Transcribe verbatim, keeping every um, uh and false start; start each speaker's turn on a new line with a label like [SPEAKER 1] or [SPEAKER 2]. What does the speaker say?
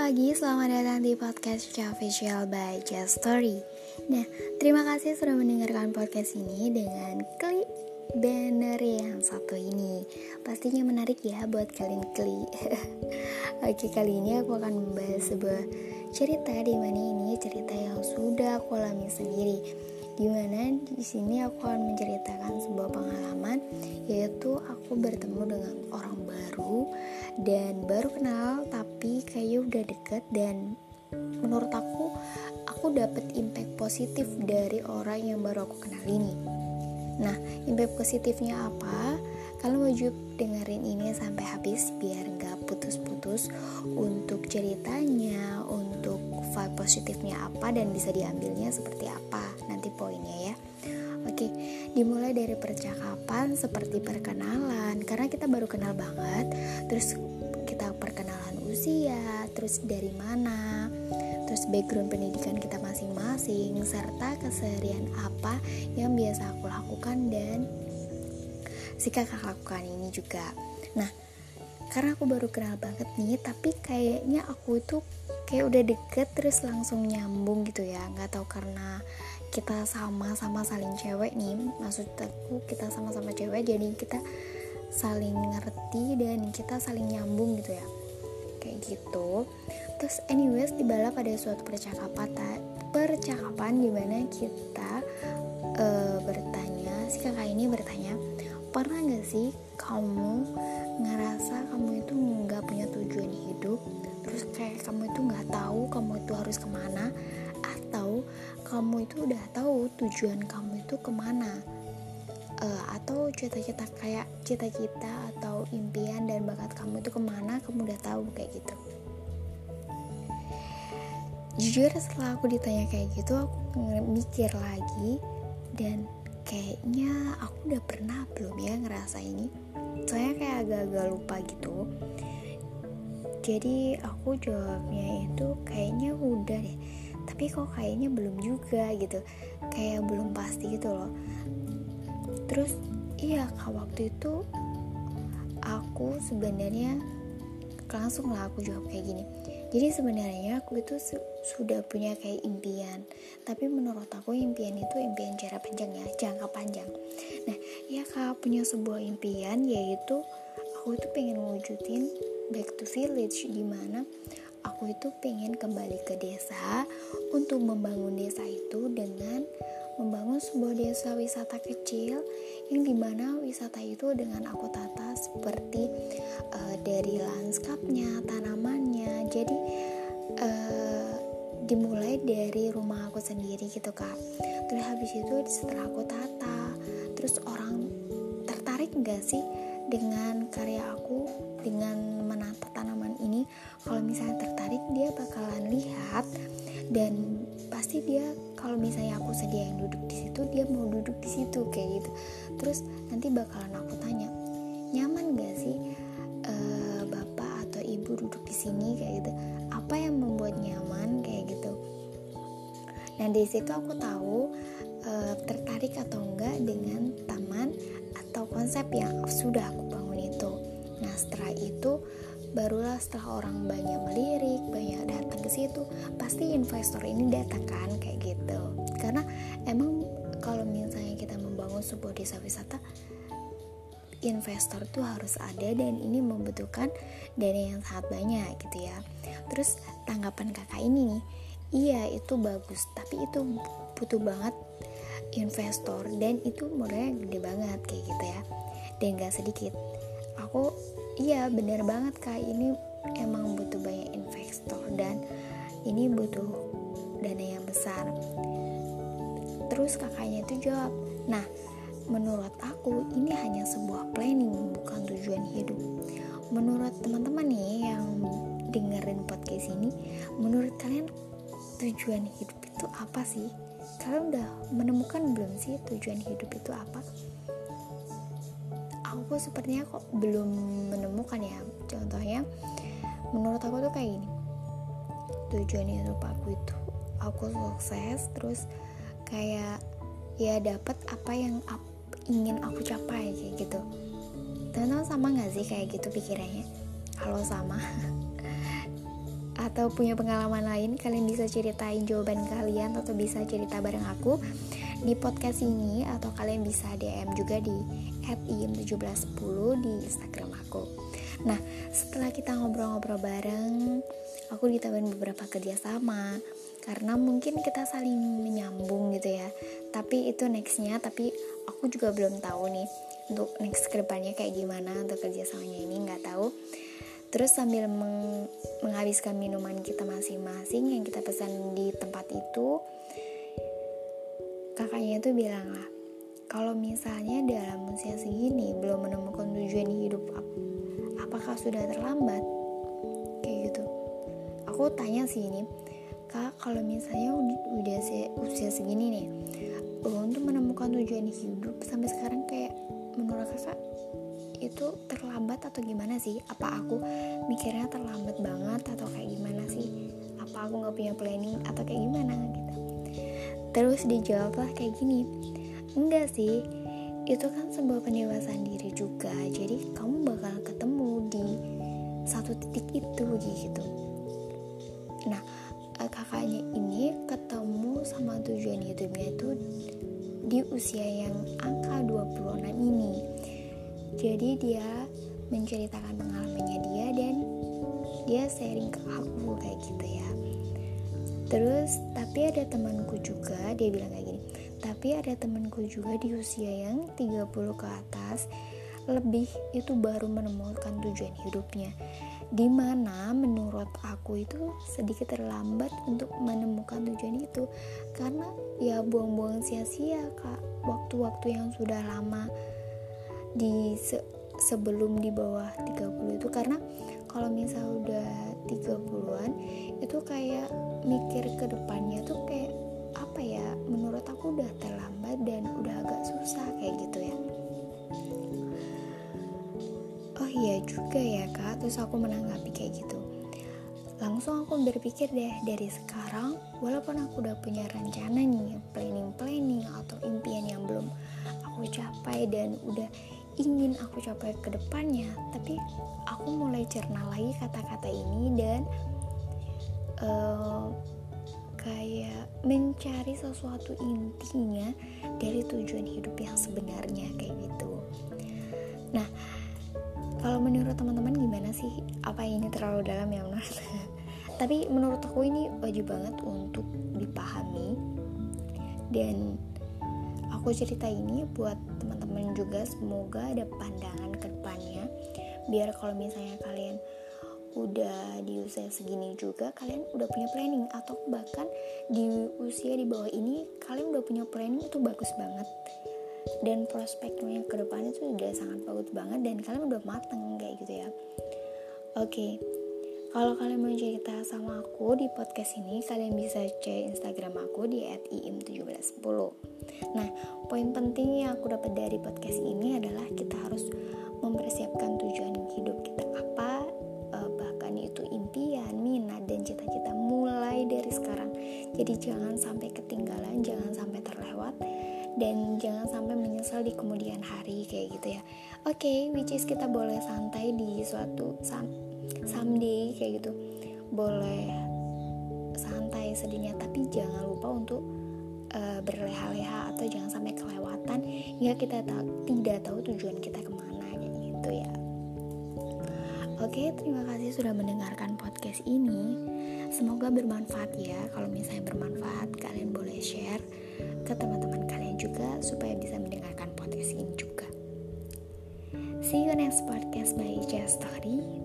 [SPEAKER 1] lagi, selamat datang di podcast Official by Just Story. Nah, terima kasih sudah mendengarkan podcast ini dengan klik banner yang satu ini. Pastinya menarik ya buat kalian klik. Oke, kali ini aku akan membahas sebuah cerita di mana ini cerita yang sudah aku alami sendiri. Di mana di sini aku akan menceritakan sebuah pengalaman, yaitu aku bertemu dengan orang baru dan baru kenal tapi kayaknya udah deket, dan menurut aku aku dapat impact positif dari orang yang baru aku kenal ini. Nah, impact positifnya apa? Kalian wajib dengerin ini sampai habis biar gak putus-putus untuk ceritanya, untuk vibe positifnya apa dan bisa diambilnya seperti apa nanti poinnya ya. Oke, dimulai dari percakapan seperti perkenalan, karena kita baru kenal banget. Terus kita perkenalan usia, terus dari mana, terus background pendidikan kita masing-masing, serta keseharian apa yang biasa aku lakukan dan si kakak lakukan ini juga. Nah, karena aku baru kenal banget nih, tapi kayaknya aku itu kayak udah deket terus langsung nyambung gitu ya. Nggak tahu karena kita sama-sama saling cewek nih, maksud aku kita sama-sama cewek, jadi kita saling ngerti dan kita saling nyambung gitu ya, kayak gitu. Terus anyways, tibalah pada suatu percakapan percakapan di mana kita uh, bertanya, si kakak ini bertanya, pernah gak sih kamu ngerasa kamu itu nggak punya tujuan hidup, terus kayak kamu itu nggak tahu kamu itu harus kemana, atau kamu itu udah tahu tujuan kamu itu kemana, uh, atau cita-cita kayak cita-cita atau impian dan bakat kamu itu kemana, kamu udah tahu kayak gitu. Jujur setelah aku ditanya kayak gitu, aku mikir lagi dan kayaknya aku udah pernah belum ya ngerasa ini. Soalnya kayak agak-agak lupa gitu. Jadi aku jawabnya itu kayaknya udah deh, tapi kok kayaknya belum juga gitu, kayak belum pasti gitu loh. Terus iya kak, waktu itu aku sebenarnya langsung lah aku jawab kayak gini. Jadi sebenarnya aku itu su- sudah punya kayak impian, tapi menurut aku impian itu impian jangka panjang ya, jangka panjang. Nah, ya kak, punya sebuah impian, yaitu aku itu pengen wujudin back to village, dimana aku itu pengen kembali ke desa untuk membangun desa itu dengan membangun sebuah desa wisata kecil yang dimana wisata itu dengan aku tata seperti uh, dari lanskapnya, tanamannya. Jadi uh, dimulai dari rumah aku sendiri gitu kak. Terus habis itu setelah aku tata, terus orang tertarik gak sih dengan karya aku dengan menata tanaman ini? Kalau misalnya tertarik, dia bakalan lihat dan pasti dia, kalau misalnya aku sediain duduk di situ, dia mau duduk di situ kayak gitu. Terus nanti bakalan aku tanya, nyaman gak sih uh, bapak atau ibu duduk di sini kayak gitu? Apa yang membuat nyaman kayak gitu? Nah dari situ aku tahu uh, tertarik atau enggak dengan taman atau konsep yang sudah aku bangun itu. Nah setelah itu barulah setelah orang banyak melirik, banyak datang ke situ, pasti investor ini datang kan kayak gitu. Karena emang kalau misalnya kita membangun sebuah desa wisata, investor tuh harus ada dan ini membutuhkan dana yang sangat banyak gitu ya. Terus tanggapan kakak ini nih, iya itu bagus, tapi itu butuh banget investor dan itu modalnya gede banget kayak gitu ya, dan gak sedikit. Aku iya benar banget kak, ini emang butuh banyak investor dan ini butuh dana yang besar. Terus kakaknya itu jawab, nah menurut aku ini hanya sebuah planning, bukan tujuan hidup. Menurut teman-teman nih yang dengerin podcast ini, menurut kalian tujuan hidup itu apa sih? Kalian udah menemukan belum sih tujuan hidup itu apa? Aku sepertinya kok belum menemukan ya. Contohnya menurut aku tuh kayak gini, tujuan hidup aku itu aku sukses, terus kayak ya dapat apa yang ap- ingin aku capai kayak gitu. Teman-teman sama gak sih kayak gitu pikirannya? Kalau sama atau punya pengalaman lain, kalian bisa ceritain jawaban kalian atau bisa cerita bareng aku di podcast ini, atau kalian bisa D M juga di et i m satu tujuh satu nol di Instagram aku. Nah, setelah kita ngobrol-ngobrol bareng, aku ditawarin beberapa kerjasama karena mungkin kita saling menyambung gitu ya. Tapi itu nextnya, tapi aku juga belum tahu nih untuk next kedepannya kayak gimana untuk kerjasamanya ini, nggak tahu. Terus sambil meng- menghabiskan minuman kita masing-masing yang kita pesan di tempat itu, kakaknya itu bilang lah, kalau misalnya dalam usia segini belum menemukan tujuan hidup, apakah sudah terlambat? Kayak gitu. Aku tanya sih ini, Kak, kalau misalnya udah usia segini nih, untuk menemukan tujuan hidup sampai sekarang kayak menurut kakak itu terlambat atau gimana sih? Apa aku mikirnya terlambat banget atau kayak gimana sih? Apa aku gak punya planning atau kayak gimana gitu? Terus dijawablah kayak gini, enggak sih, itu kan sebuah pendewasaan diri juga, jadi kamu bakal ketemu di satu titik itu gitu. Nah, kakaknya ini ketemu sama tujuan hidupnya itu di usia yang angka dua puluh enam ini. Jadi dia menceritakan pengalamannya dia dan dia sharing ke aku kayak gitu ya. Terus tapi ada temanku juga, dia bilang kayak gini, tapi ada temanku juga di usia yang tiga puluh ke atas lebih itu baru menemukan tujuan hidupnya, dimana menurut aku itu sedikit terlambat untuk menemukan tujuan itu, karena ya buang-buang sia-sia Kak waktu-waktu yang sudah lama di se- sebelum di bawah tiga puluh itu. Karena kalau misal udah tiga puluhan itu kayak mikir ke depannya tuh kayak apa ya, menurut aku udah terlambat dan udah agak susah kayak gitu ya. Oh iya juga ya Kak, terus aku menanggapi kayak gitu. Langsung aku berpikir deh, dari sekarang walaupun aku udah punya rencana nih, planning-planning atau impian yang belum aku capai dan udah ingin aku capai ke depannya, tapi aku mulai cerna lagi kata-kata ini dan uh, kayak mencari sesuatu intinya dari tujuan hidup yang sebenarnya kayak gitu. Nah, kalau menurut teman-teman gimana sih? Apa ini terlalu dalam ya menurut? Tapi menurut aku ini wajib banget untuk dipahami, dan aku cerita ini buat teman-teman juga, semoga ada pandangan ke depannya, biar kalau misalnya kalian udah di usia segini juga kalian udah punya planning, atau bahkan di usia di bawah ini kalian udah punya planning, itu bagus banget dan prospeknya ke depan itu udah sangat bagus banget dan kalian udah mateng kayak gitu ya. Oke, okay. Kalau kalian mau cerita sama aku di podcast ini, kalian bisa cek Instagram aku di et i m satu tujuh satu nol. Nah, poin penting yang aku dapat dari podcast ini adalah kita harus mempersiapkan tujuan hidup kita apa, eh, bahkan itu impian, minat, dan cita-cita mulai dari sekarang. Jadi jangan sampai ketinggalan, jangan sampai terlewat, dan jangan sampai menyesal di kemudian hari kayak gitu ya. Oke, okay, which is kita boleh santai di suatu saat someday kayak gitu, boleh santai sedihnya, tapi jangan lupa untuk uh, berleha-leha atau jangan sampai kelewatan ya kita ta- tidak tahu tujuan kita kemana kayak gitu ya. Oke, terima kasih sudah mendengarkan podcast ini, semoga bermanfaat ya. Kalau misalnya bermanfaat, kalian boleh share ke teman-teman kalian juga supaya bisa mendengarkan podcast ini juga. See you next podcast by Just Story.